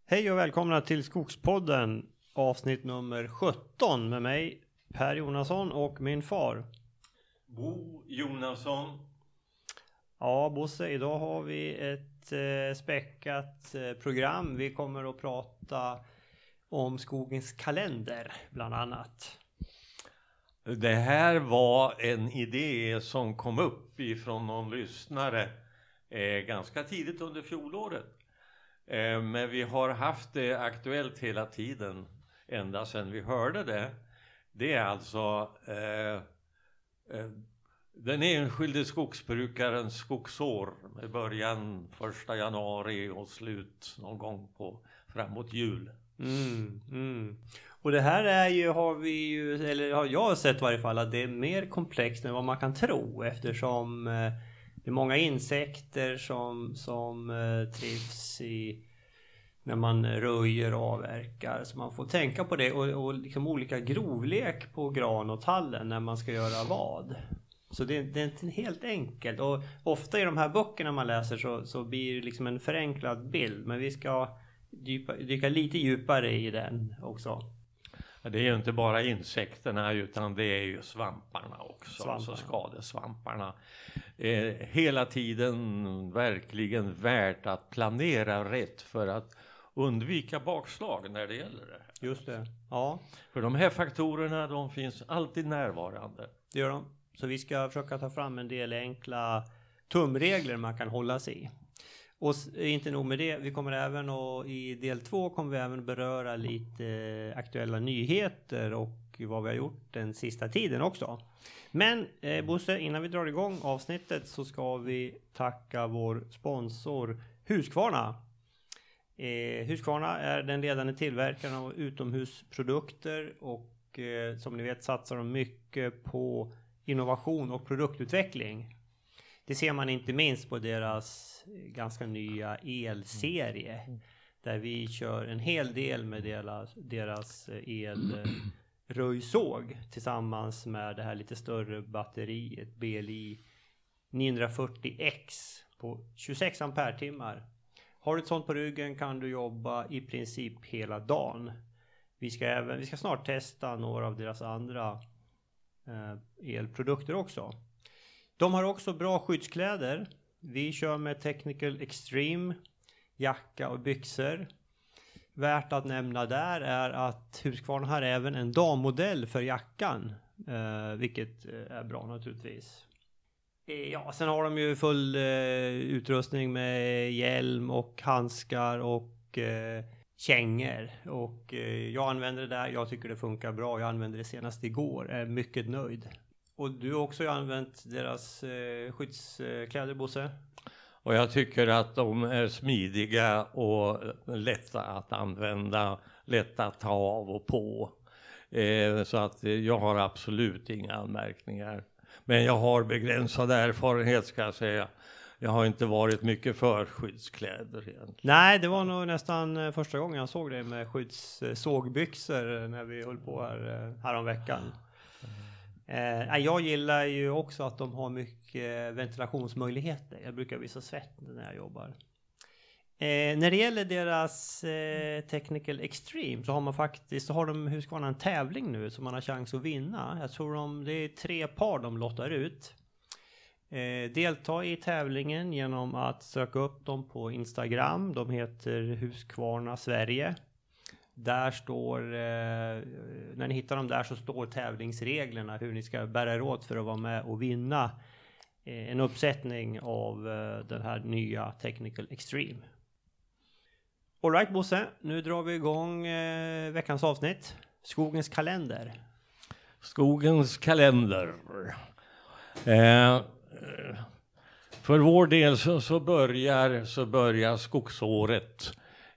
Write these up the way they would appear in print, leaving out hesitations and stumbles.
Hej och välkomna till Skogspodden, avsnitt nummer 17 med mig Per Jonasson och min far Bo Jonasson. Ja Bosse, idag har vi ett späckat program. Vi kommer att prata om skogens kalender bland annat. Det här var en idé som kom upp ifrån någon lyssnare ganska tidigt under fjolåret. Men vi har haft det aktuellt hela tiden, ända sedan vi hörde det. Det är alltså den enskilde skogsbrukarens skogsår med början 1 januari och slut någon gång på framåt jul. Och det här är ju, har jag sett i varje fall, att det är mer komplext än vad man kan tro, eftersom det är många insekter som trivs när man röjer och avverkar. Så man får tänka på det och liksom olika grovlek på gran och tallen när man ska göra vad. Så det är inte helt enkelt. Och ofta i de här böckerna man läser så blir det liksom en förenklad bild. Men vi ska dyka lite djupare i den också. Det är ju inte bara insekterna utan det är ju svamparna också. Alltså skadesvamparna. Hela tiden verkligen värt att planera rätt för att undvika bakslag när det gäller det här. Just det, ja. För de här faktorerna, de finns alltid närvarande. Det gör de. Så vi ska försöka ta fram en del enkla tumregler man kan hålla sig i. Och inte nog med det, vi kommer även i del 2 kommer vi även beröra lite aktuella nyheter och vad vi har gjort den sista tiden också. Men Bosse, innan vi drar igång avsnittet så ska vi tacka vår sponsor Husqvarna. Husqvarna är den ledande tillverkaren av utomhusprodukter och som ni vet satsar de mycket på innovation och produktutveckling. Det ser man inte minst på deras ganska nya elserie. Där vi kör en hel del med deras elröjsåg tillsammans med det här lite större batteriet BLI 940X på 26 ampere-timmar. Har du ett sånt på ryggen kan du jobba i princip hela dagen. Vi ska snart testa några av deras andra elprodukter också. De har också bra skyddskläder. Vi kör med Technical Extreme, jacka och byxor. Värt att nämna där är att Husqvarna har även en dammodell för jackan. Vilket är bra naturligtvis. Ja, sen har de ju full utrustning med hjälm och handskar och kängor. Och jag använder det där, jag tycker det funkar bra. Jag använde det senast igår, är mycket nöjd. Och du har också använt deras skyddskläder, Bosse? Och jag tycker att de är smidiga och lätta att använda, lätta att ta av och på. Så att jag har absolut inga anmärkningar. Men jag har begränsad erfarenhet ska jag säga. Jag har inte varit mycket för skyddskläder egentligen. Nej, det var nog nästan första gången jag såg det med sågbyxor när vi höll på här om veckan. Jag gillar ju också att de har mycket ventilationsmöjligheter. Jag brukar visa svett när jag jobbar. När det gäller deras Technical Extreme så har de Husqvarna en tävling nu som man har chans att vinna. Jag tror det är 3 par de lottar ut. Delta i tävlingen genom att söka upp dem på Instagram. De heter Husqvarna Sverige. Där står, när ni hittar dem där så står tävlingsreglerna hur ni ska bära er åt för att vara med och vinna en uppsättning av den här nya Technical Extreme. All right Bosse, nu drar vi igång veckans avsnitt. Skogens kalender. Skogens kalender. För vår del så börjar skogsåret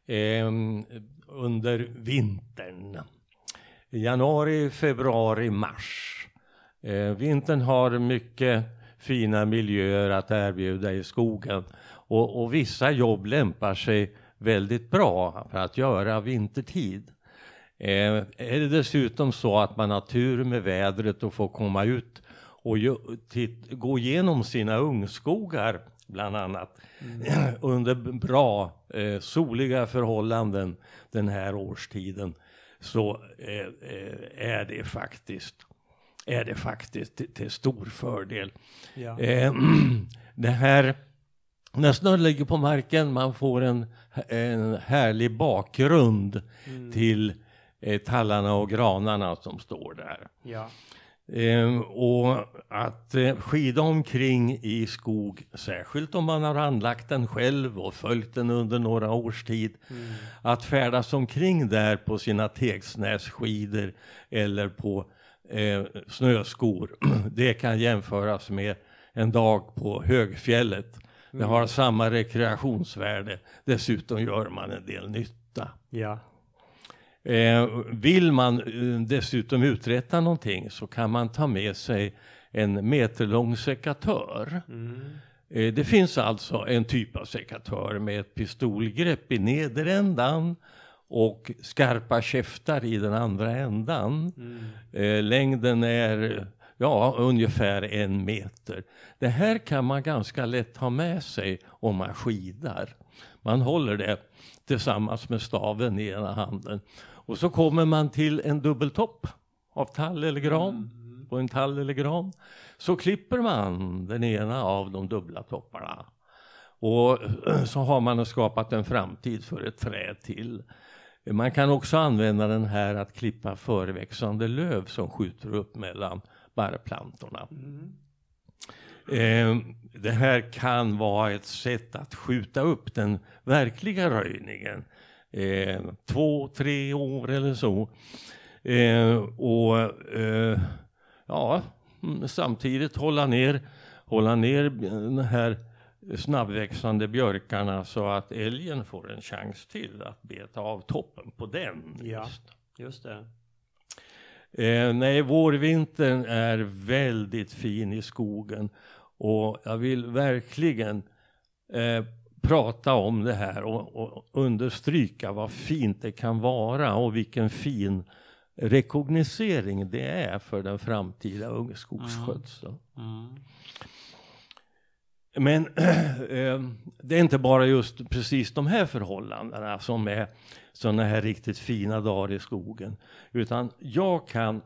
under vintern. Januari, februari, mars. Vintern har mycket fina miljöer att erbjuda i skogen. Och vissa jobb lämpar sig väldigt bra för att göra vintertid. Är det dessutom så att man har tur med vädret och får komma ut och gå igenom sina ungskogar bland annat under bra soliga förhållanden den här årstiden, så är det faktiskt till stor fördel. Ja. Det här, när snön ligger på marken, man får en härlig bakgrund till tallarna och granarna som står där. Ja. Och att skida omkring i skog, särskilt om man har anlagt den själv och följt den under några års tid, att färdas omkring där på sina tegsnässkidor eller på snöskor, det kan jämföras med en dag på högfjället. Det har samma rekreationsvärde, dessutom gör man en del nytta. Ja. Vill man dessutom uträtta någonting, så kan man ta med sig en meterlång sekatör. Det finns alltså en typ av sekatör med ett pistolgrepp i nederändan och skarpa käftar i den andra ändan. Längden är ungefär 1 meter. Det här kan man ganska lätt ha med sig om man skidar. Man håller det tillsammans med staven i ena handen. Och så kommer man till en dubbeltopp av tall eller gran. På en tall eller gran så klipper man den ena av de dubbla topparna. Och så har man skapat en framtid för ett träd till. Man kan också använda den här att klippa föreväxande löv som skjuter upp mellan barrplantorna. Det här kan vara ett sätt att skjuta upp den verkliga röjningen 2-3 år eller så. Samtidigt hålla ner den här snabbväxande björkarna så att älgen får en chans till att beta av toppen på den. Ja, just det. Nej, vårvintern är väldigt fin i skogen, och jag vill verkligen prata om det här och understryka vad fint det kan vara och vilken fin rekognosering det är för den framtida ungskogsskötseln. Men det är inte bara just precis de här förhållandena som är sådana här riktigt fina dagar i skogen, utan jag kan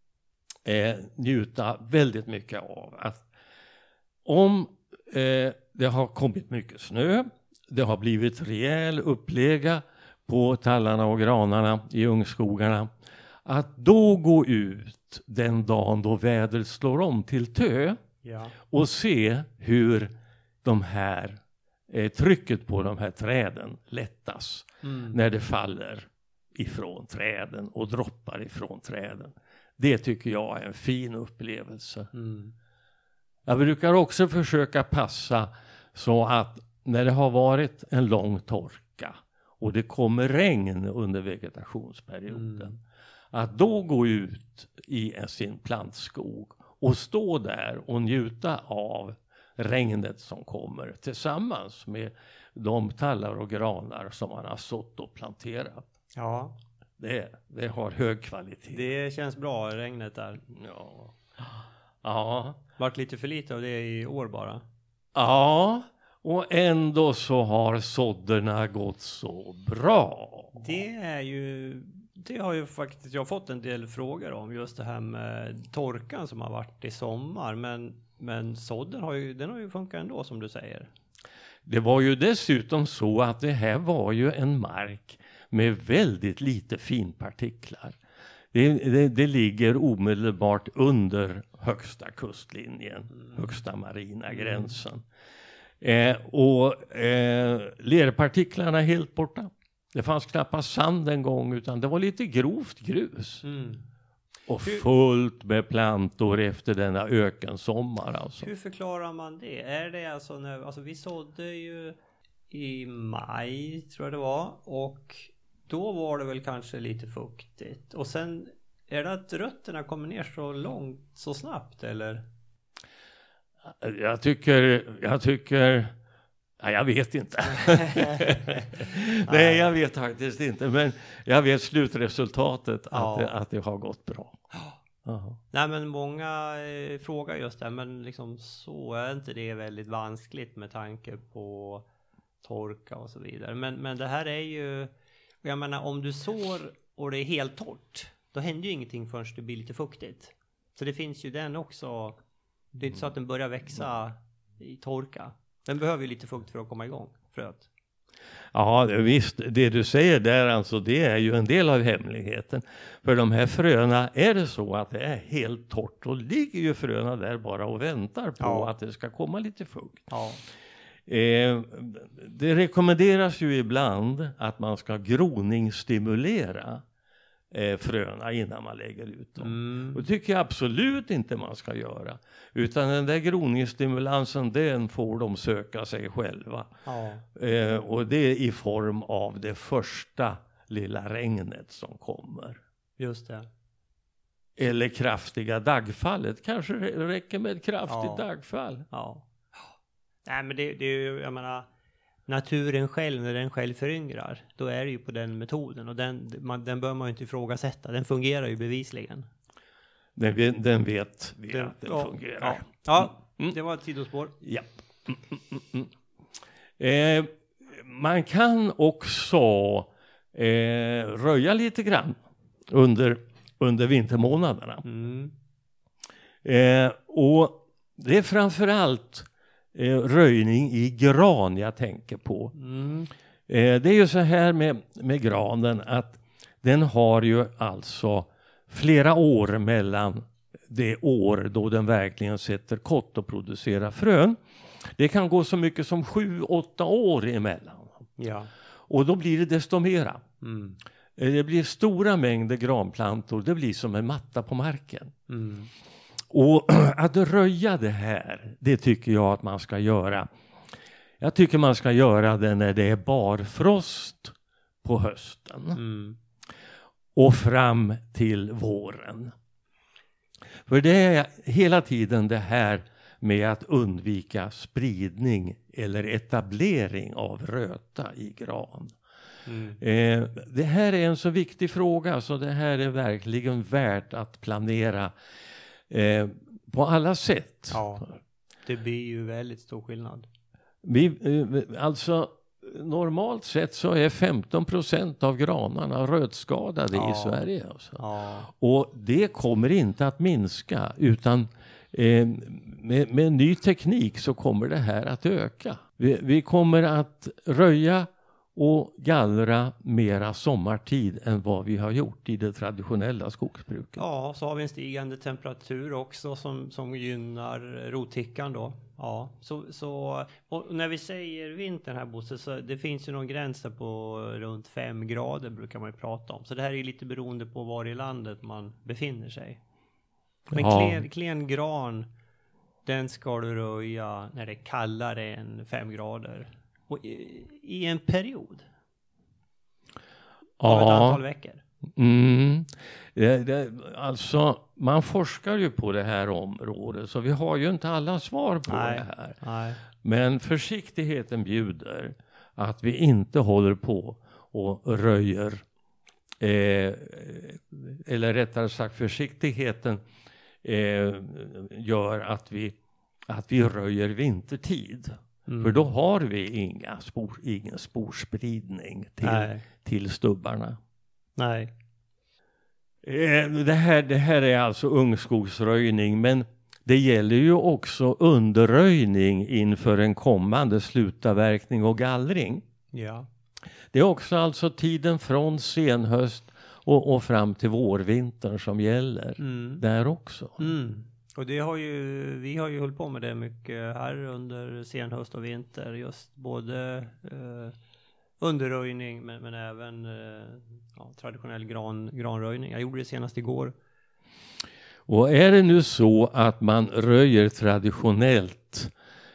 njuta väldigt mycket av att om det har kommit mycket snö, det har blivit rejäl upplägga på tallarna och granarna i ungskogarna, att då gå ut den dagen då vädret slår om till tö och se hur de här trycket på de här träden lättas när det faller ifrån träden och droppar ifrån träden. Det tycker jag är en fin upplevelse. Jag brukar också försöka passa så att när det har varit en lång torka och det kommer regn under vegetationsperioden, att då gå ut i sin plantskog och stå där och njuta av regnet som kommer tillsammans med de tallar och granar som man har sått och planterat. Ja. Det har hög kvalitet. Det känns bra, regnet där. Ja. Vart lite för lite av det i år bara. Ja, och ändå så har sådderna gått så bra. Det har ju faktiskt jag fått en del frågor om, just det här med torkan som har varit i sommar, men sådden har ju funkat ändå, som du säger. Det var ju dessutom så att det här var ju en mark med väldigt lite finpartiklar. Det ligger omedelbart under högsta kustlinjen, högsta marina gränsen. Lerpartiklarna är helt borta. Det fanns knappast sand en gång, utan det var lite grovt grus. Och fullt med plantor efter denna ökensommar. Alltså. Hur förklarar man det? Är det alltså vi sådde ju i maj, tror jag det var. Och då var det väl kanske lite fuktigt. Och sen, är det att rötterna kommer ner så långt, så snabbt, eller? Jag tycker... Ja, jag vet inte. Nej, jag vet faktiskt inte. Men jag vet slutresultatet, att det har gått bra. Aha. Nej, men många frågar just det, men liksom så är inte det väldigt vanskligt med tanke på torka och så vidare. Men det här är ju, jag menar, om du sår och det är helt torrt, då händer ju ingenting förrän det blir lite fuktigt. Så det finns ju den också. Det är inte så att den börjar växa i torka. Den behöver ju lite fukt för att komma igång, fröet. Ja, visst. Det du säger där, alltså, det är ju en del av hemligheten. För de här fröna, är det så att det är helt torrt, då ligger ju fröna där bara och väntar på att det ska komma lite fukt. Ja. Det rekommenderas ju ibland att man ska groningsstimulera fröna innan man lägger ut dem. Och det tycker jag absolut inte man ska göra. Utan den där groningsstimulansen, den får de söka sig själva. Ja. Och det är i form av det första lilla regnet som kommer. Just det. Eller kraftiga dagfallet. Kanske räcker med ett kraftigt dagfall. Ja. Nej, men det är ju, jag menar, naturen själv, när den själv föryngrar, då är det ju på den metoden. Och den bör man ju inte ifrågasätta. Den fungerar ju bevisligen. Den vet vi att den fungerar. Ja, det var ett sidospår. Ja. Man kan också röja lite grann under vintermånaderna. Och det är framförallt röjning i gran jag tänker på. Det är ju så här med granen att den har ju alltså flera år mellan det år då den verkligen sätter kott och producerar frön. Det kan gå så mycket som 7-8 år emellan. Ja. Och då blir det desto mera. Det blir stora mängder granplantor. Det blir som en matta på marken. Och att röja det här, det tycker jag att man ska göra. Jag tycker man ska göra det när det är barfrost på hösten. Och fram till våren. För det är hela tiden det här med att undvika spridning eller etablering av röta i gran. Det här är en så viktig fråga, så det här är verkligen värt att planera på alla sätt. Ja, det blir ju väldigt stor skillnad. Alltså normalt sett så är 15% av granarna rötskadade i Sverige. Alltså. Och det kommer inte att minska, utan med ny teknik så kommer det här att öka. Vi kommer att röja och gallra mera sommartid än vad vi har gjort i det traditionella skogsbruket. Ja, så har vi en stigande temperatur också som gynnar rothickan då. Ja, så och när vi säger vintern här, Bosse, så det finns ju någon gräns på runt 5 grader brukar man ju prata om. Så det här är ju lite beroende på var i landet man befinner sig. Men klen gran, den ska du röja när det är kallare än 5 grader. Och i en period av ett antal veckor. Alltså man forskar ju på det här området, så vi har ju inte alla svar på det här. Nej. Men försiktigheten bjuder att vi inte håller på och röjer, eller rättare sagt försiktigheten gör att vi röjer vintertid. För då har vi ingen sporspridning till stubbarna. Nej. Det här är alltså ungskogsröjning, men det gäller ju också underröjning inför en kommande slutavverkning och gallring. Ja. Det är också alltså tiden från senhöst och fram till vårvintern som gäller där också. Och vi har ju hållit på med det mycket här under senhöst och vinter, just både underröjning men även traditionell granröjning. Jag gjorde det senast igår. Och är det nu så att man röjer traditionellt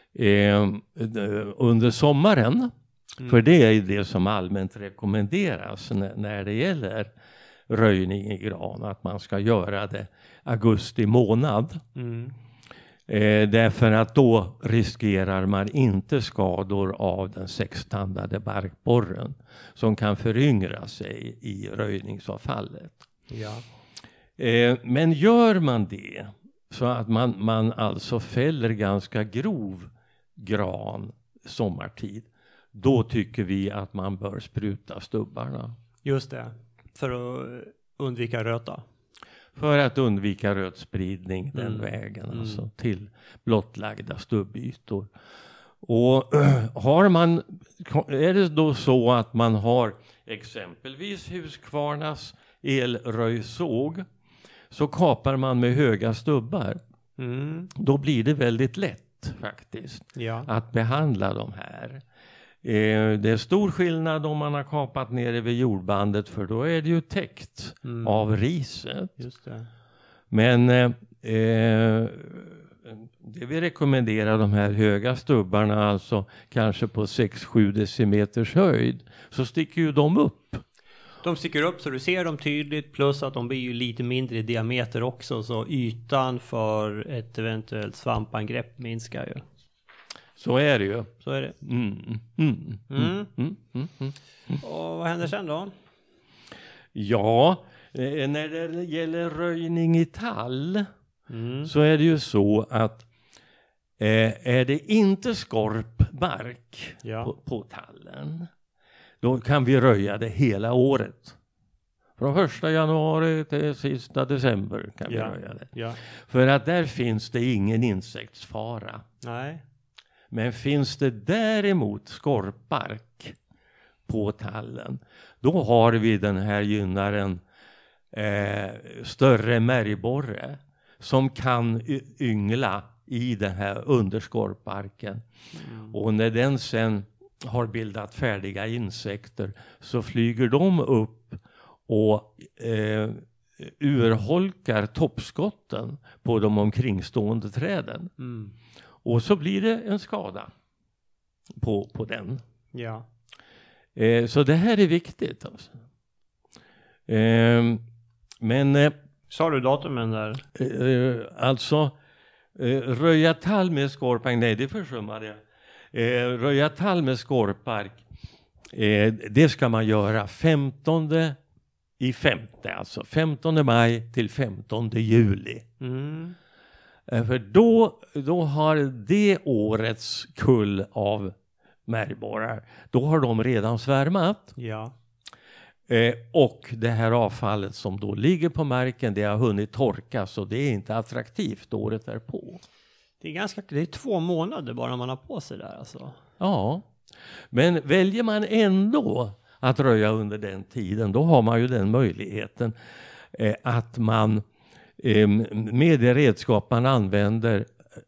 under sommaren, för det är det som allmänt rekommenderas när det gäller röjning i gran, att man ska göra det augusti månad. Därför att då riskerar man inte skador av den sextandade barkborren som kan föryngra sig i röjningsavfallet. Ja. Men gör man det så att man alltså fäller ganska grov gran sommartid, då tycker vi att man bör spruta stubbarna. Just det, för att undvika röta. För att undvika rötspridning den vägen, alltså till blottlagda stubbytor. Och är det då så att man har exempelvis Husqvarnas elröjsåg, så kapar man med höga stubbar. Då blir det väldigt lätt faktiskt att behandla de här. Det är stor skillnad om man har kapat nere vid jordbandet, för då är det ju täckt av riset. Just det. Men det vi rekommenderar, de här höga stubbarna, alltså kanske på 6-7 decimeters höjd, så sticker ju de upp. De sticker upp så du ser dem tydligt, plus att de blir ju lite mindre i diameter också, så ytan för ett eventuellt svampangrepp minskar ju. Så är det ju. Så är det. Och vad händer sen då? Ja, när det gäller röjning i tall så är det ju så att är det inte skorpbark på tallen, då kan vi röja det hela året. Från 1 januari till sista december kan vi röja det. Ja. För att där finns det ingen insektsfara. Nej. Men finns det däremot skorpbark på tallen, då har vi den här gynnaren större märgborre som kan yngla i den här underskorpbarken. Och när den sen har bildat färdiga insekter, så flyger de upp och urholkar toppskotten på de omkringstående träden. Och så blir det en skada på den. Ja. Så det här är viktigt. Alltså. Men sa du datumen där? Alltså röja tall med skorpark, nej det försummade jag. Röja tall med skorpark, det ska man göra 15:e, alltså 15 maj till 15 juli. För då har det årets kull av märgborrar, då har de redan svärmat. Ja. Och det här avfallet som då ligger på marken, det har hunnit torka, så det är inte attraktivt året därpå. Det är 2 månader bara man har på sig där alltså. Ja, men väljer man ändå att röja under den tiden, då har man ju den möjligheten att man med det redskap man använder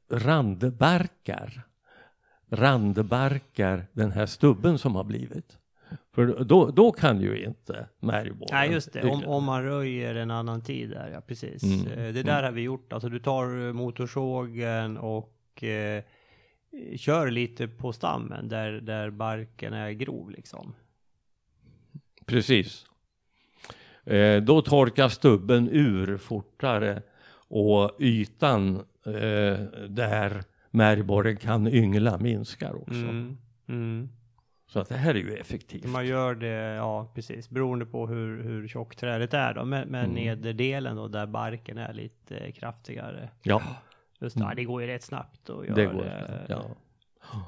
randbarkar den här stubben som har blivit. För då kan ju inte märgborren. Nej, just det. Om man röjer en annan tid där, ja precis. Det där har vi gjort. Alltså du tar motorsågen och kör lite på stammen där barken är grov liksom. Precis. Då torkar stubben ur fortare och ytan där märgborren kan yngla minskar också. Så att det här är ju effektivt. Man gör det, ja precis, beroende på hur tjockt trädet är då. Men nederdelen då, där barken är lite kraftigare. Ja. Just det, det går ju rätt snabbt att göra det. Går snabbt, ja.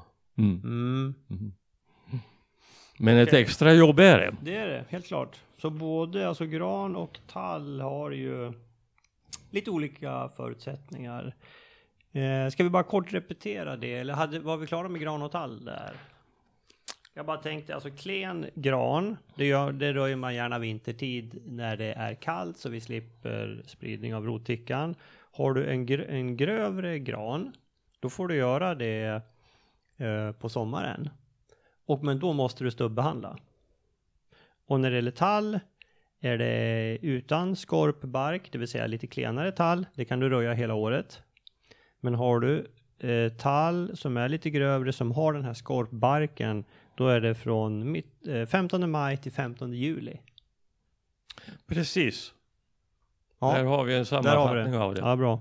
Men ett extra jobb är det. Det är det, helt klart. Så både alltså gran och tall har ju lite olika förutsättningar. Ska vi bara kort repetera det? Eller var vi klara med gran och tall där? Jag bara tänkte, alltså klen gran, det röjer man gärna vintertid när det är kallt, så vi slipper spridning av rottäckan. Har du en grövre gran, då får du göra det på sommaren. Men då måste du stubbbehandla. Och när det gäller tall är det utan skorpbark, det vill säga lite klenare tall. Det kan du röja hela året. Men har du tall som är lite grövre, som har den här skorpbarken, då är det från 15 maj till 15 juli. Precis. Ja, där har vi en sammanfattning av det. Ja, bra.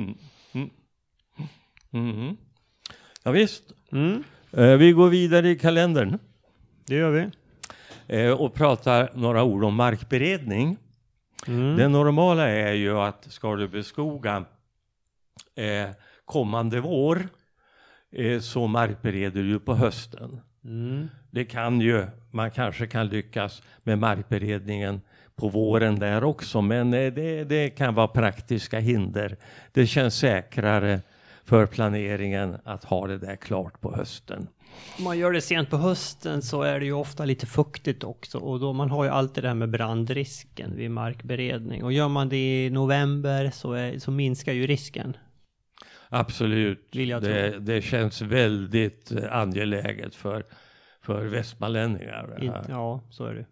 Ja, visst. Vi går vidare i kalendern. Det gör vi. Och pratar några ord om markberedning. Det normala är ju att ska du beskoga kommande vår så markbereder du på hösten. Det kan ju, man kanske kan lyckas med markberedningen på våren där också, men det kan vara praktiska hinder. Det känns säkrare för planeringen att ha det där klart på hösten. Om man gör det sent på hösten så är det ju ofta lite fuktigt också, och då man har ju alltid det här med brandrisken vid markberedning, och gör man det i november så minskar ju risken. Absolut, det känns väldigt angeläget för västmanlänningar. Ja, så är det.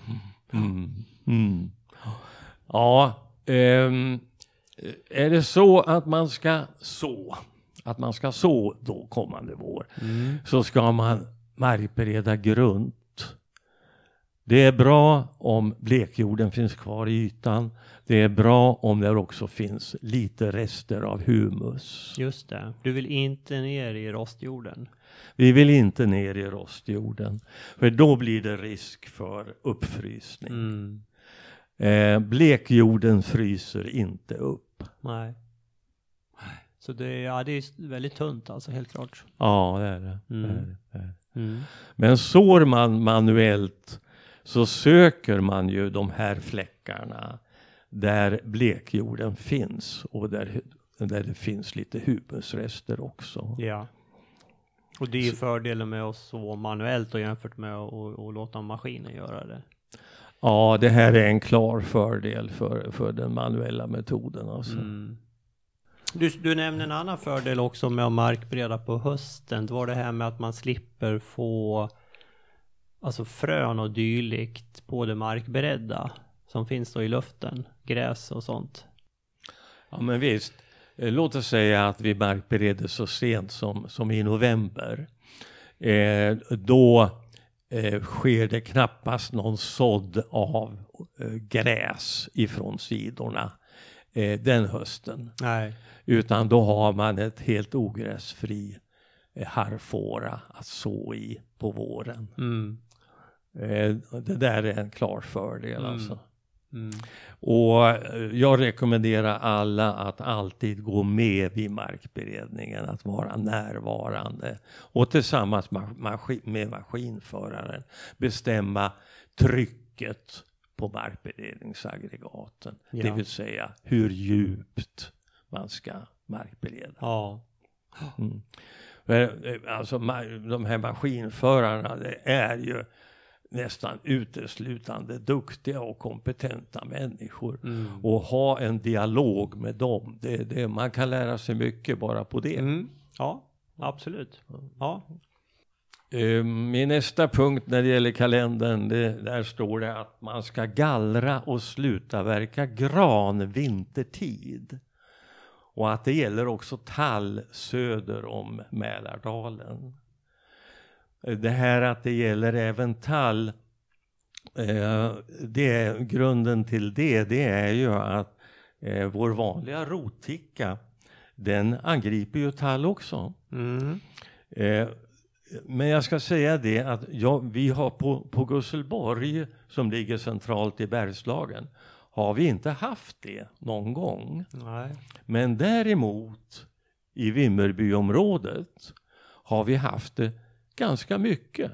Ja, är det så att man ska så då kommande vår, så ska man markbereda grunt. Det är bra om blekjorden finns kvar i ytan. Det är bra om det också finns lite rester av humus. Just det. Du vill inte ner i rostjorden. Vi vill inte ner i rostjorden. För då blir det risk för uppfrysning. Blekjorden fryser inte upp. Nej. Så det är väldigt tunt alltså, helt klart. Ja, det är det. Men sår man manuellt så söker man ju de här fläckarna där blekjorden finns och där det finns lite humusrester också. Ja. Och det är ju fördelen med att så manuellt och jämfört med att låta maskinen göra det. Ja, det här är en klar fördel för den manuella metoden alltså. Du nämnde en annan fördel också med att markbereda på hösten. Det var det här med att man slipper få alltså frön och dylikt på det markberedda som finns då i luften, gräs och sånt. Ja, men visst. Låt oss säga att vi markbereder så sent som i november. Då sker det knappast någon sådd av gräs ifrån sidorna den hösten. Nej. Utan då har man ett helt ogräsfri harrfåra att så i på våren. Det där är en klar fördel alltså. Och jag rekommenderar alla att alltid gå med vid markberedningen, att vara närvarande och tillsammans med maskinföraren bestämma trycket på markberedningsaggregaten. Ja. Det vill säga hur djupt man ska markbereda. Ja. Alltså de här maskinförarna, det är ju nästan uteslutande duktiga och kompetenta människor. Och ha en dialog med dem. Man kan lära sig mycket bara på det. Ja, absolut. Ja. Min nästa punkt när det gäller kalendern, där står det att man ska gallra och sluta verka gran vintertid. Och att det gäller också tall söder om Mälardalen. Det här att det gäller även tall, grunden till det är ju att vår vanliga rotticka, den angriper ju tall också. Men jag ska säga det att vi har på Gusselborg, som ligger centralt i Bergslagen, har vi inte haft det någon gång. Nej. Men däremot i Vimmerbyområdet har vi haft det ganska mycket.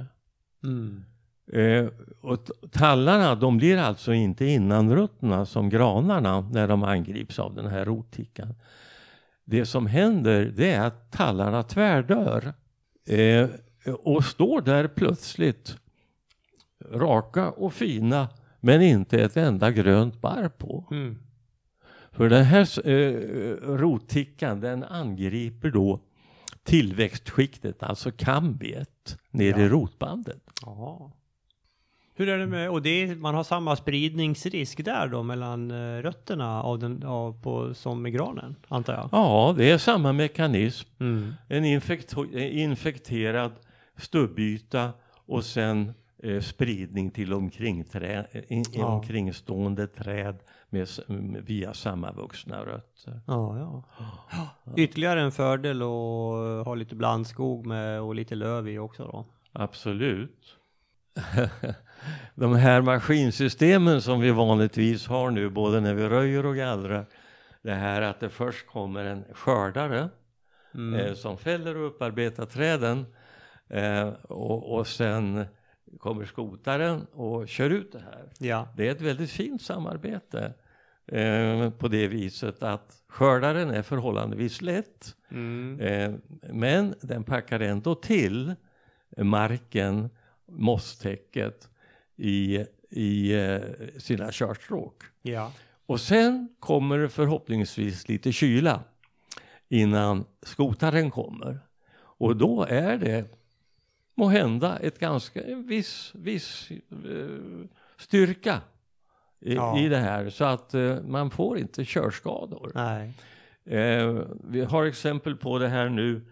Och tallarna, de blir alltså inte innanruttna som granarna när de angrips av den här rottickan. Det som händer, det är att tallarna tvärdör och står där plötsligt raka och fina, men inte ett enda grönt barr på. För den här rottickan, den angriper då tillväxtskiktet, alltså kambiet, ner i rotbandet. Aha. Hur är det med, och man har samma spridningsrisk där då mellan rötterna som med granen, antar jag? Ja, det är samma mekanism. En infekterad stubbyta och sen spridning till omkringstående träd via sammanvuxna rötter. Ja. Ytterligare en fördel att ha lite blandskog med och lite löv i också då. Absolut. de här maskinsystemen som vi vanligtvis har nu, både när vi röjer och gallrar, det här att det först kommer en skördare som fäller och upparbetar träden och sen kommer skotaren och kör ut det här. Ja. Det är ett väldigt fint samarbete på det viset att skördaren är förhållandevis lätt, men den packar ändå till marken, mosstäcket i sina körstråk. Ja. Och sen kommer det förhoppningsvis lite kyla innan skotaren kommer. Och då är det måhända en viss styrka i det här, så att man får inte körskador. Nej. Vi har exempel på det här nu.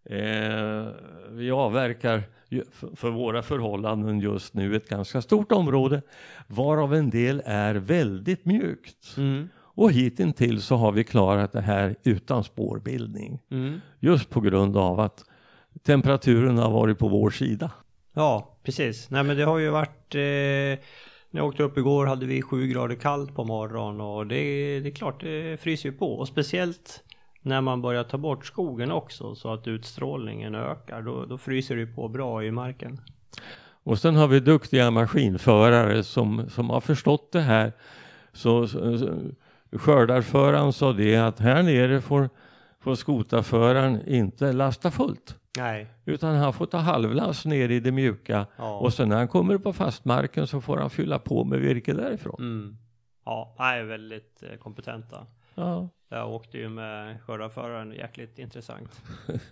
Vi avverkar för våra förhållanden just nu ett ganska stort område, varav en del är väldigt mjukt. Och hitintills så har vi klarat det här utan spårbildning. Just på grund av att temperaturen har varit på vår sida. Ja, precis. Nej, men det har ju varit... när jag åkte upp igår hade vi 7 grader kallt på morgonen, och det är klart, det fryser ju på. Och speciellt när man börjar ta bort skogen också, så att utstrålningen ökar, då fryser det på bra i marken. Och sen har vi duktiga maskinförare som har förstått det här. Så skördarföraren sa det, att här nere får skotarföraren inte lasta fullt. Nej. Utan han får ta halvlast ner i det mjuka. Ja. Och sen när han kommer på fastmarken så får han fylla på med virke därifrån. Ja, de är väldigt kompetenta. Ja. Jag åkte ju med skördarföraren, jäkligt intressant.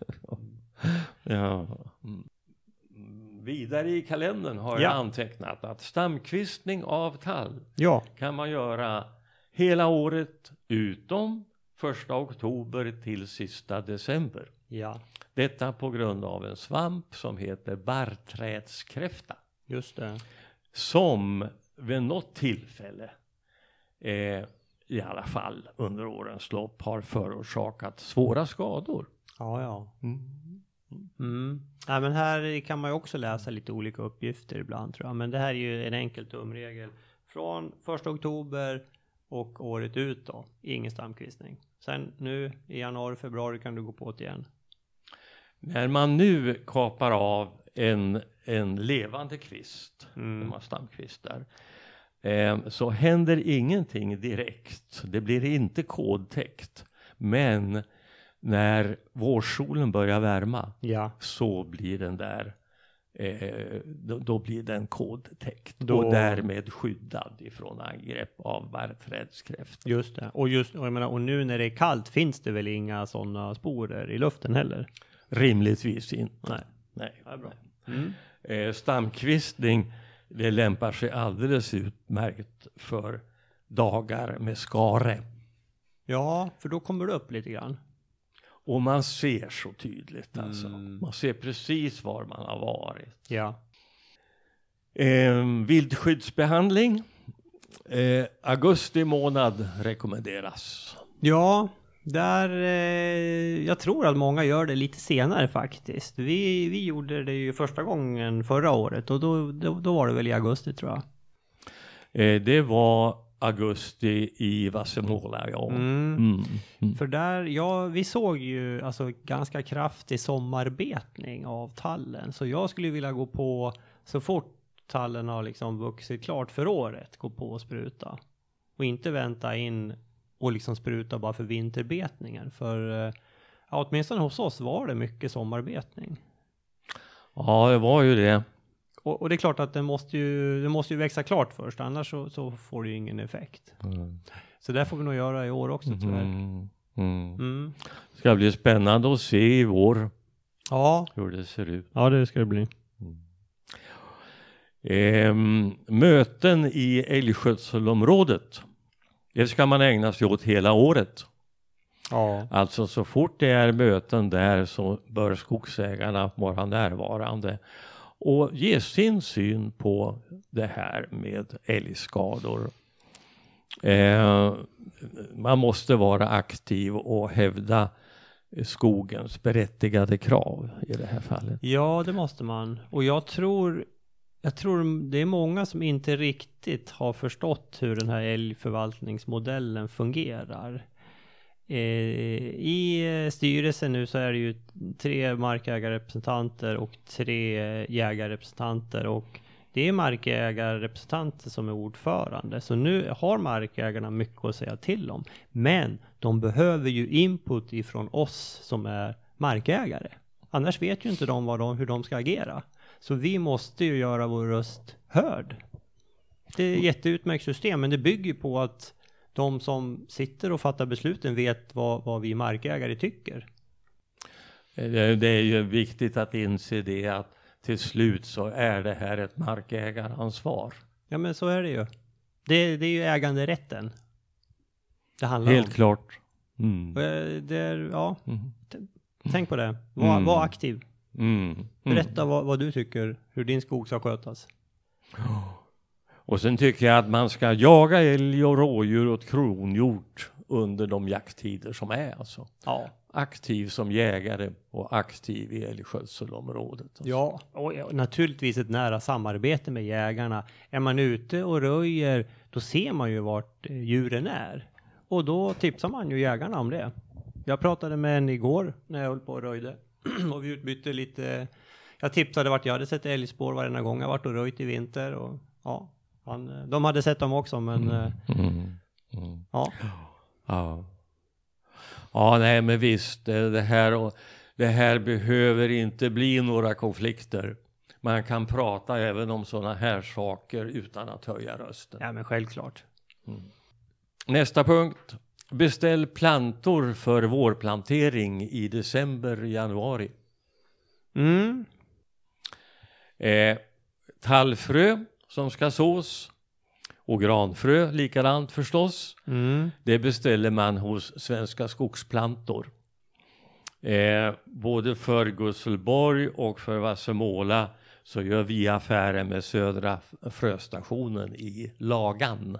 Ja. Vidare i kalendern har jag antecknat att stamkvistning av tall kan man göra hela året utom 1 oktober till sista december. Ja. Detta på grund av en svamp som heter barrträdskräfta. Just det. Som vid något tillfälle i alla fall under årens lopp har förorsakat svåra skador. Ja. Ja, men här kan man ju också läsa lite olika uppgifter ibland, tror jag. Men det här är ju en enkel tumregel. Från 1 oktober och året ut då, ingen stamkvistning. Sen nu i januari, februari kan du gå på det igen. När man nu kapar av en levande kvist, när man stamkvistar, så händer ingenting direkt. Det blir inte kodtäckt. Men när vårsolen börjar värma så blir den där, då blir den kodtäckt och därmed skyddad ifrån angrepp av barrträdskräfta. Just det. Och nu när det är kallt finns det väl inga sådana sporer i luften heller? Rimligtvis inte. Nej. Det är bra. Stamkvistning, det lämpar sig alldeles utmärkt för dagar med skare. Ja, för då kommer det upp lite grann. Och man ser så tydligt alltså. Man ser precis var man har varit. Ja. Vildskyddsbehandling. Augusti månad rekommenderas. Ja, jag tror att många gör det lite senare faktiskt. Vi gjorde det ju första gången förra året, och då var det väl i augusti, tror jag. Det var augusti i Vassemåla, ja. För där, vi såg ju alltså ganska kraftig sommarbetning av tallen. Så jag skulle vilja gå på så fort tallen har liksom vuxit klart för året, gå på och spruta. Och inte vänta in och liksom spruta bara för vinterbetningen. För åtminstone hos oss var det mycket sommarbetning. Ja, det var ju det. Och det är klart att det måste ju växa klart först, annars så får det ju ingen effekt. Så det får vi nog göra i år också, tyvärr. Ska bli spännande att se i vår hur det ser ut. Ja, det ska det bli. Möten i älgskötselområdet, det ska man ägna sig åt hela året. Ja. Alltså så fort det är möten där så bör skogsägarna vara närvarande och ge sin syn på det här med älgskador. Man måste vara aktiv och hävda skogens berättigade krav i det här fallet. Ja, det måste man. Och jag tror Jag tror det är många som inte riktigt har förstått hur den här älgförvaltningsmodellen fungerar. I styrelsen nu så är det ju 3 markägarrepresentanter och 3 jägarrepresentanter, och det är markägarrepresentanter som är ordförande. Så nu har markägarna mycket att säga till om. Men de behöver ju input ifrån oss som är markägare. Annars vet ju inte de hur de ska agera. Så vi måste ju göra vår röst hörd. Det är ett jätteutmärkt system, men det bygger på att de som sitter och fattar besluten vet vad vi markägare tycker. Det är ju viktigt att inse det, att till slut så är det här ett markägaransvar. Ja, men så är det ju. Det är ju äganderätten det handlar Helt om. klart. Tänk på det. Var aktiv. Berätta vad du tycker, hur din skog ska skötas. Och sen tycker jag att man ska jaga älg och rådjur och kronhjort under de jakttider som är. Alltså. Ja. Aktiv som jägare och aktiv i älgskötselområdet. Alltså. Ja, och naturligtvis ett nära samarbete med jägarna. Är man ute och röjer, då ser man ju vart djuren är. Och då tipsar man ju jägarna om det. Jag pratade med en igår när jag höll på och röjde. Och vi utbytte lite. Jag tipsade vart jag hade sett älgspår varenda gång jag varit och röjt i vinter. Och ja, de hade sett dem också, men ja. Ja, nej, men visst, det här behöver inte bli några konflikter. Man kan prata även om sådana här saker utan att höja rösten. Ja, men självklart. Nästa punkt. Beställ plantor för vårplantering i december-januari. Tallfrö som ska sås och granfrö likadant förstås. Det beställer man hos Svenska Skogsplantor. Både för Gusselborg och för Vassemåla så gör vi affärer med Södra fröstationen i Lagan.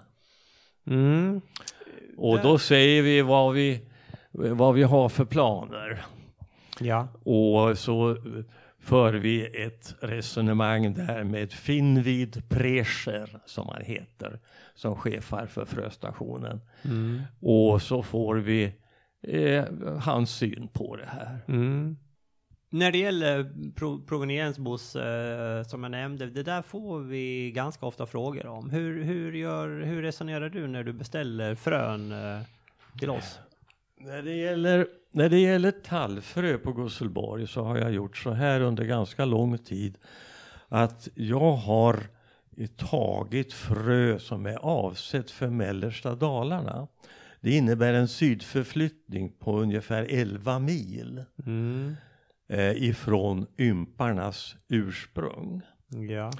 Och då säger vi vad vi har för planer. Ja. Och så för vi ett resonemang där med Finnvid Prescher som han heter, som chefar för fröstationen. Och så får vi hans syn på det här. När det gäller proveniensbos som jag nämnde, det där får vi ganska ofta frågor om. Hur resonerar du när du beställer frön till oss? När det gäller tallfrö på Gusselborg så har jag gjort så här under ganska lång tid, att jag har tagit frö som är avsett för mellersta Dalarna. Det innebär en sydförflyttning på ungefär 11 mil ifrån ymparnas ursprung. Ja.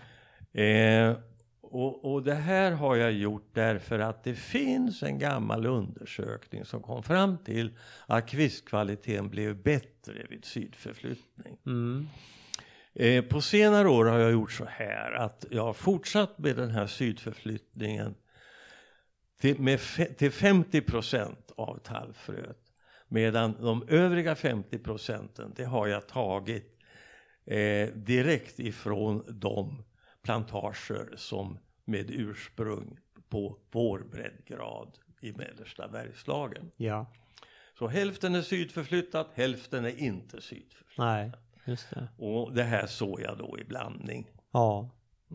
Och det här har jag gjort därför att det finns en gammal undersökning som kom fram till att kvistkvaliteten blev bättre vid sydförflyttning. På senare år har jag gjort så här att jag har fortsatt med den här sydförflyttningen till 50% av tallfröet. Medan de övriga 50% det har jag tagit direkt ifrån de plantager som med ursprung på vår breddgrad i mellersta Bergslagen. Ja. Så hälften är sydförflyttat, hälften är inte sydförflyttat. Nej, just det. Och det här såg jag då i blandning. Ja.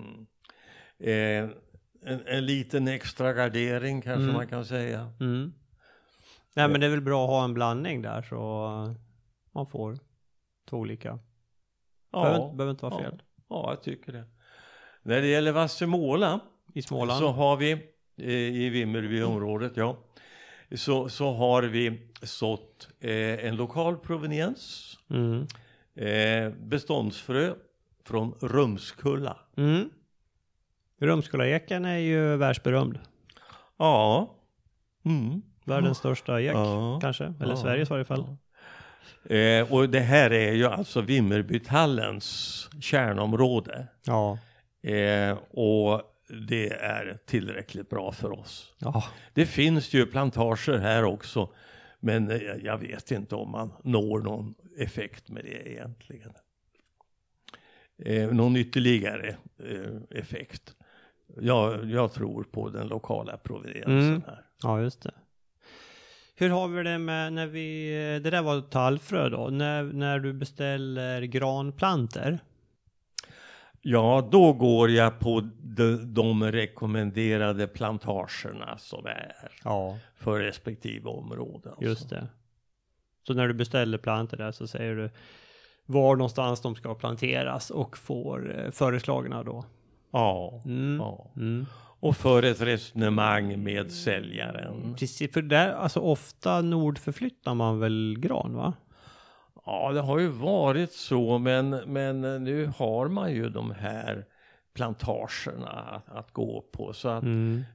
En liten extra gardering kanske man kan säga. Nej, men det är väl bra att ha en blandning där så man får 2 olika. Behöver inte vara fel. Ja, jag tycker det. När det gäller Vassemåla i Småland så har vi i Vimmerbyområdet så har vi sått en lokal proveniens beståndsfrö från Rumskulla. Rumskullaeken är ju världsberömd. Ja. Världens största ek kanske, eller Sveriges i varje fall. Och det här är ju alltså Vimmerbytallens kärnområde. Ja. Och det är tillräckligt bra för oss. Ja. Det finns ju plantager här också, men jag vet inte om man når någon effekt med det egentligen. någon ytterligare effekt. Jag tror på den lokala provenansen här. Ja, just det. Hur har vi det med när det där var tallfrö då, när du beställer granplanter? Ja, då går jag på de rekommenderade plantagerna som är för respektive område. Alltså. Just det. Så när du beställer planter där så säger du var någonstans de ska planteras och får föreslagna då. Ja. Och för ett resonemang med säljaren. Precis, för där, alltså ofta nordförflyttar man väl gran, va? Ja, det har ju varit så, men nu har man ju de här plantagerna att gå på. Så att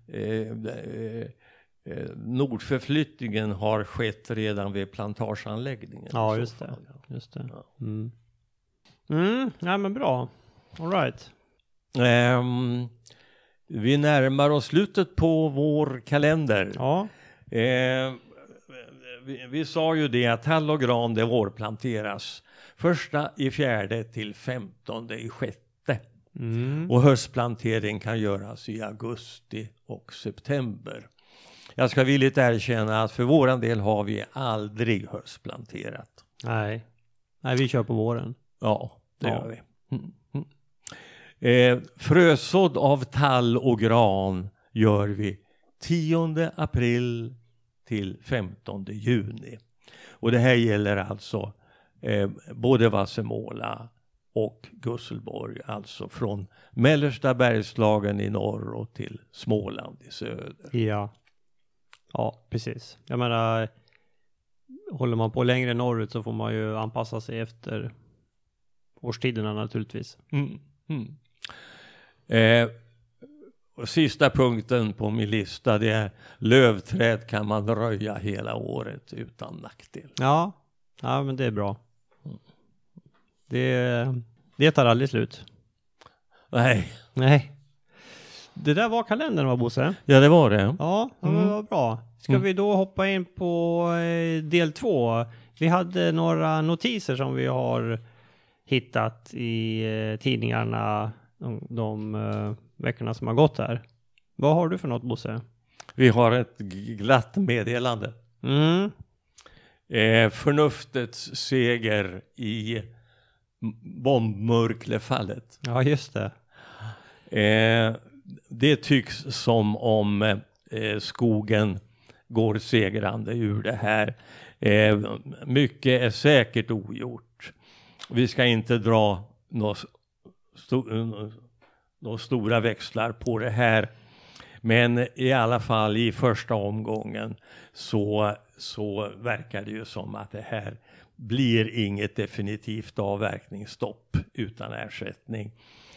nordförflyttningen har skett redan vid plantageanläggningen. Ja, just det. Ja. Ja, men bra. All right. Vi närmar oss slutet på vår kalender. Ja. Vi sa ju det att tall och gran det vårplanteras 1/4 till 15/6. Och höstplantering kan göras i augusti och september. Jag ska villigt erkänna att för våran del har vi aldrig höstplanterat. Nej, vi kör på våren. Ja, det gör vi. Frösådd av tall och gran gör vi 10 april till 15 juni. Och det här gäller alltså både Vassemåla och Gusselborg, alltså från mellersta Bergslagen i norr och till Småland i söder. Ja, precis. Jag menar, håller man på längre norrut så får man ju anpassa sig efter årstiderna naturligtvis. Sista punkten på min lista, det är lövträd kan man röja hela året utan nackdel. Ja, men det är bra. Det tar aldrig slut. Nej. Det där var kalendern, va, Bosse? Ja, det var det. Ja, men det var bra. Ska vi då hoppa in på del 2? Vi hade några notiser som vi har hittat i tidningarna de veckorna som har gått här. Vad har du för något, Bosse? Vi har ett glatt meddelande. Förnuftets seger i bombmurklefallet. Ja, just det. Det tycks som om skogen går segrande ur det här. Mycket är säkert ogjort. Vi ska inte dra några stora växlar på det här. Men i alla fall i första omgången så verkar det ju som att det här blir inget definitivt avverkningsstopp utan ersättning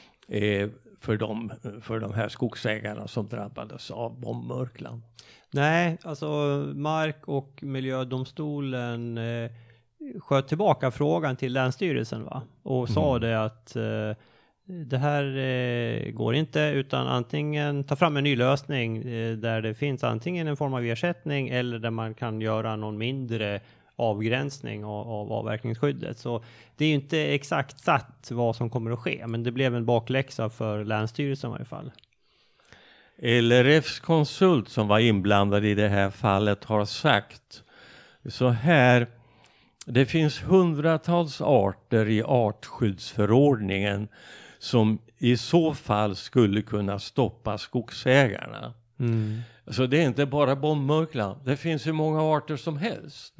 för de här skogsägarna som drabbades av bombmurklan. Nej, alltså Mark- och miljödomstolen sköt tillbaka frågan till Länsstyrelsen, va? Och sa det att det här går inte, utan antingen ta fram en ny lösning där det finns antingen en form av ersättning eller där man kan göra någon mindre avgränsning av avverkningsskyddet. Så det är ju inte exakt satt vad som kommer att ske, men det blev en bakläxa för Länsstyrelsen i varje fall. LRFs konsult som var inblandad i det här fallet har sagt så här: det finns hundratals arter i artskyddsförordningen som i så fall skulle kunna stoppa skogsägarna. Så det är inte bara bombmurklan. Det finns hur många arter som helst.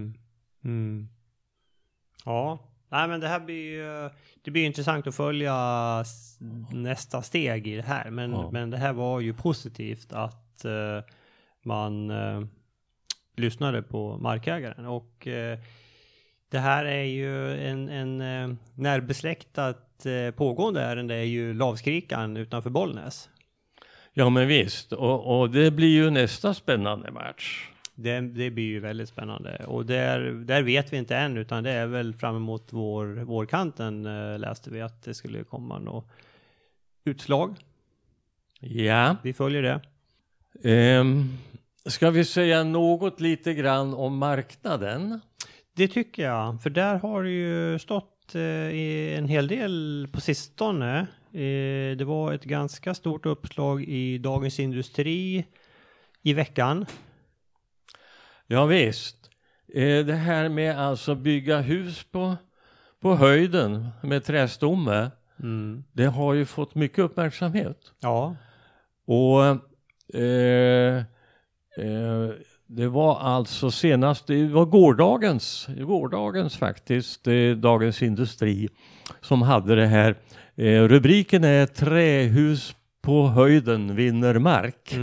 Ja, nej, men det här blir intressant att följa nästa steg i det här. Men det här var ju positivt att man lyssnade på markägaren. Och det här är ju en närbesläktat pågående ärende, är ju lavskrikan utanför Bollnäs. Ja, men visst. Och det blir ju nästa spännande match. Det blir ju väldigt spännande. Och där vet vi inte än, utan det är väl fram emot vårkanten läste vi att det skulle komma något utslag. Ja. Vi följer det. Ska vi säga något lite grann om marknaden? Det tycker jag. För där har det ju stått en hel del på sistone. Det var ett ganska stort uppslag i Dagens Industri i veckan. Ja visst. Det här med alltså bygga hus på höjden med trästomme. Det har ju fått mycket uppmärksamhet. Ja. Och det var alltså senast, det var gårdagens faktiskt, Dagens Industri som hade det här. Rubriken är Trähus på höjden vinner mark.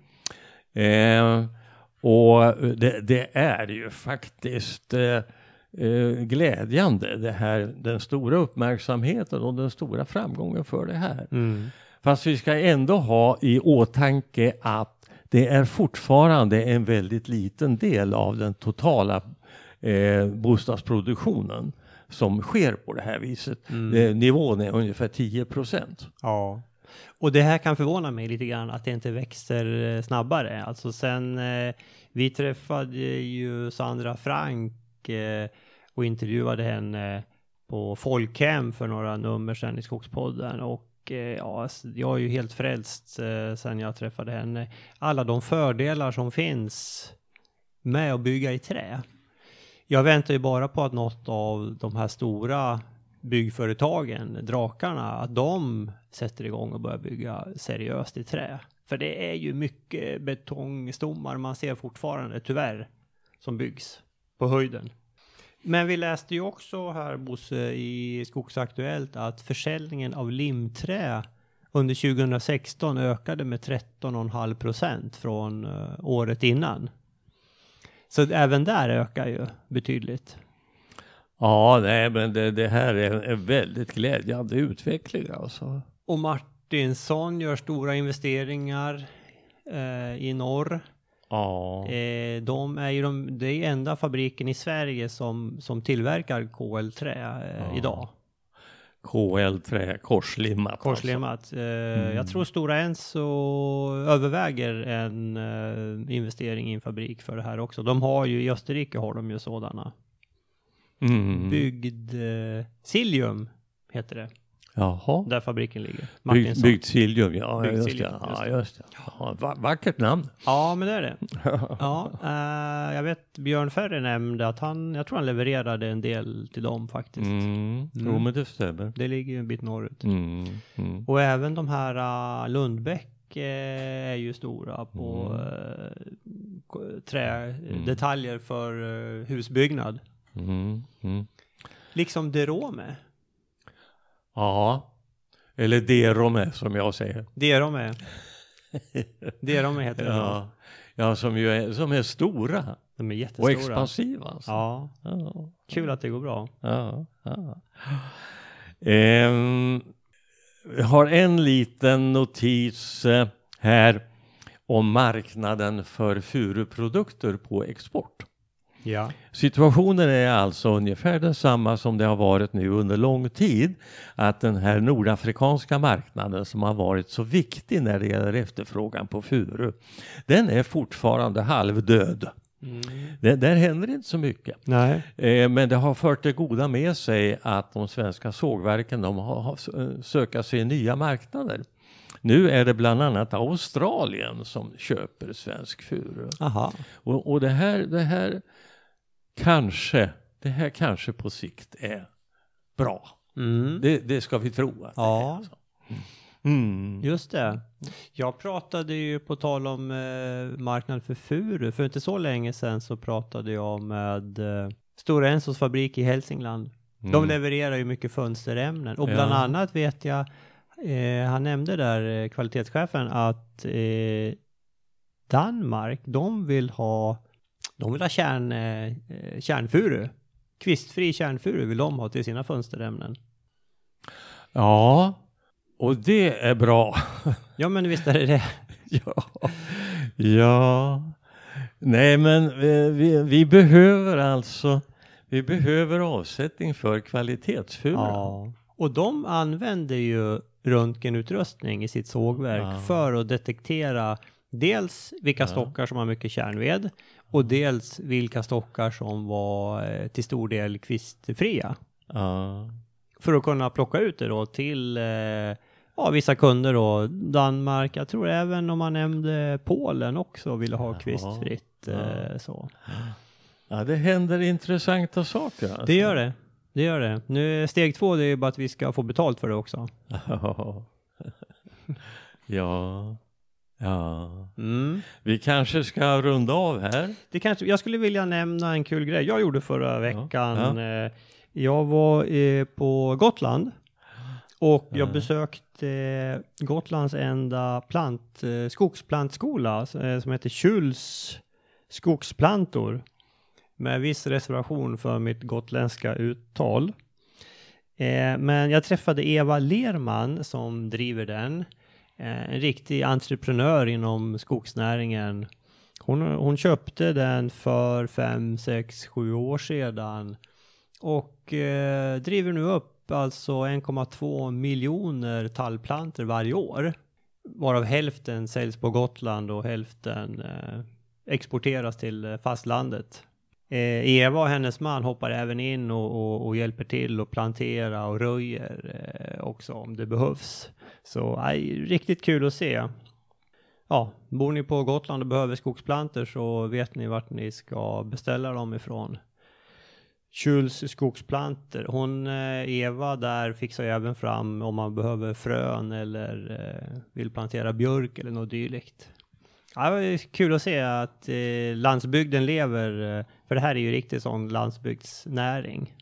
Och det är ju faktiskt glädjande det här, den stora uppmärksamheten och den stora framgången för det här. Fast vi ska ändå ha i åtanke att det är fortfarande en väldigt liten del av den totala bostadsproduktionen som sker på det här viset. Nivån är ungefär 10%. Ja. Och det här kan förvåna mig lite grann att det inte växer snabbare. Alltså sen vi träffade ju Sandra Frank och intervjuade henne på Folkhem för några nummer sedan i Skogspodden. Och ja, jag är ju helt frälst sen jag träffade henne. Alla de fördelar som finns med att bygga i trä. Jag väntar ju bara på att något av de här stora byggföretagen, drakarna, att de sätter igång och börjar bygga seriöst i trä. För det är ju mycket betongstommar man ser fortfarande, tyvärr, som byggs på höjden. Men vi läste ju också här, Bosse, i Skogsaktuellt att försäljningen av limträ under 2016 ökade med 13,5% från året innan. Så även där ökar ju betydligt. Ja, nej, men det här är en väldigt glädjande utveckling alltså. Och Martinsson gör stora investeringar i norr. Ja. De är ju det är enda fabriken i Sverige som tillverkar KL-trä idag. KL-trä, korslimmat. Korslimmat. Alltså. Jag tror Stora Enso överväger en investering i en fabrik för det här också. De har ju i Österrike har de ju sådana. Byggd Sillium heter det. Jaha. Där fabriken ligger. Byggd Sillium, ja. Byggt Just Sillium, det. just det. Ja, just det. Ja, vackert namn. Ja, men det är det. Ja, jag vet Björn Ferry nämnde att jag tror han levererade en del till dem faktiskt. Jo, men det stämmer. Det ligger ju en bit norrut. Och även de här Lundbäck är ju stora på trädetaljer för husbyggnad. Liksom Derome. Ja, eller Derome som jag säger. Derome heter det. Ja, som är stora. De är jättestora. Och expansiva. Alltså. Ja. Kul att det går bra. Ja. Jag har en liten notis här om marknaden för furuprodukter på export. Ja. Situationen är alltså ungefär densamma som det har varit nu under lång tid. Att den här nordafrikanska marknaden som har varit så viktig när det gäller efterfrågan på furu, den är fortfarande halvdöd. Där händer inte så mycket. Nej. Men det har fört det goda med sig att de svenska sågverken har sökt sig nya marknader. Nu är det bland annat Australien som köper svensk furu. Aha. Och det här kanske på sikt är bra. Det ska vi tro att det är. Alltså. Just det. Jag pratade ju på tal om marknad för furu. För inte så länge sedan så pratade jag med Stora Ensos fabrik i Hälsingland. De levererar ju mycket fönsterämnen. Och bland annat vet jag, han nämnde där kvalitetschefen att Danmark, de vill ha kärnfuru. Kvistfri kärnfuru vill de ha till sina fönsterämnen. Ja, och det är bra. Ja, men visst är det. Ja. Nej, men vi behöver avsättning för kvalitetsfura. Ja. Och de använder ju röntgenutrustning i sitt sågverk för att detektera dels vilka stockar som har mycket kärnved och dels vilka stockar som var till stor del kvistfria. Ja. För att kunna plocka ut det då till vissa kunder då. Danmark, jag tror även om man nämnde Polen också ville ha kvistfritt. Så. Ja, det händer intressanta saker. Alltså. Det gör det. Det gör det. Nu steg 2, det är bara att vi ska få betalt för det också. Ja. Vi kanske ska runda av här. Jag skulle vilja nämna en kul grej jag gjorde förra veckan. Jag var på Gotland och jag besökte Gotlands enda skogsplantskola som heter Kjuls skogsplantor. Med viss reservation för mitt gotländska uttal. Men jag träffade Eva Lerman som driver den. En riktig entreprenör inom skogsnäringen. Hon köpte den för 5, 6, 7 år sedan. Och driver nu upp alltså 1,2 miljoner tallplantor varje år. Varav hälften säljs på Gotland och hälften exporteras till fastlandet. Eva och hennes man hoppar även in och hjälper till att plantera och röjer också om det behövs. Så riktigt kul att se. Ja, bor ni på Gotland och behöver skogsplantor så vet ni vart ni ska beställa dem ifrån. Kjuls skogsplantor. Eva där fixar även fram om man behöver frön eller vill plantera björk eller något dylikt. Ja, det är kul att se att landsbygden lever, för det här är ju riktigt sån landsbygdsnäring.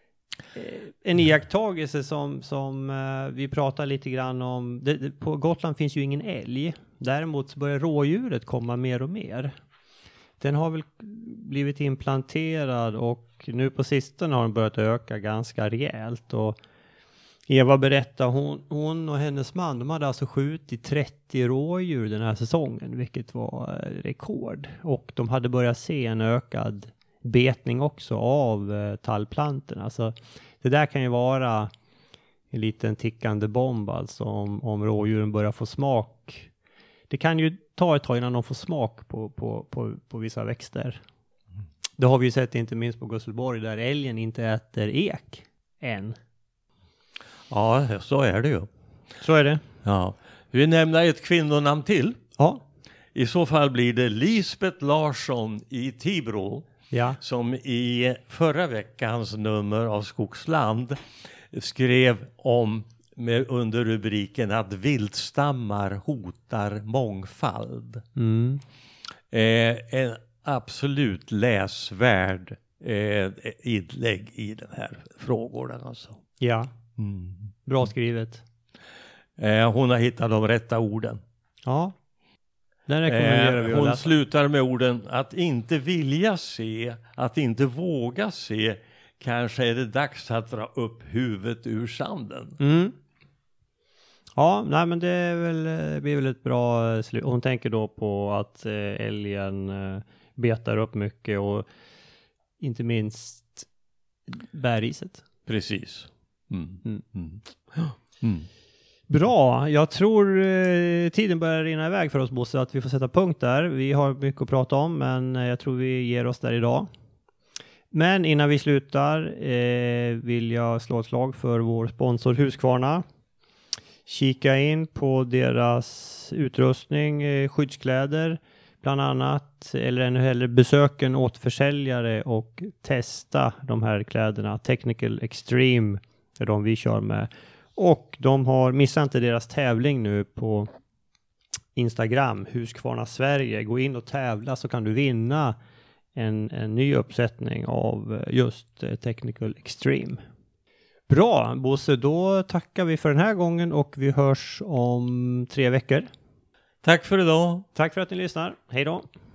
En iakttagelse som vi pratar lite grann om, på Gotland finns ju ingen älg. Däremot börjar rådjuret komma mer och mer. Den har väl blivit implanterad och nu på sistone har den börjat öka ganska rejält. Och Eva berättade, hon och hennes man, de hade alltså skjutit 30 rådjur den här säsongen, vilket var rekord. Och de hade börjat se en ökad betning också av tallplantorna. Så det där kan ju vara en liten tickande bomb alltså om rådjuren börjar få smak. Det kan ju ta ett tag innan de får smak på vissa växter. Det har vi ju sett inte minst på Gusselborg där älgen inte äter ek än. Ja, så är det ju. Så är det. Ja. Vi nämner ett kvinnonamn till. Ja. I så fall blir det Lisbeth Larsson i Tibro. Ja. Som i förra veckans nummer av Skogsland skrev om under rubriken att viltstammar hotar mångfald. En absolut läsvärd inlägg i den här frågorna alltså. Ja. Bra skrivet. Hon har hittat de rätta orden. Ja. Den rekommenderar vi att hon läsa. slutar med orden att inte vilja se, att inte våga se. Kanske är det dags att dra upp huvudet ur sanden. Ja, nej men det blir väl ett bra slut. Hon tänker då på att älgen betar upp mycket och inte minst bärriset. Precis. Bra, jag tror tiden börjar rinna iväg för oss, Bosse, att vi får sätta punkt där. Vi har mycket att prata om, men jag tror vi ger oss där idag. Men innan vi slutar vill jag slå ett slag för vår sponsor Husqvarna. Kika in på deras utrustning, skyddskläder bland annat, eller ännu hellre besök en återförsäljare och testa de här kläderna. Technical Extreme är de vi kör med. Och de har, missa inte deras tävling nu på Instagram, Husqvarna Sverige. Gå in och tävla så kan du vinna en ny uppsättning av just Technical Extreme. Bra, Bosse, då tackar vi för den här gången och vi hörs om 3 veckor. Tack för idag. Tack för att ni lyssnar. Hej då.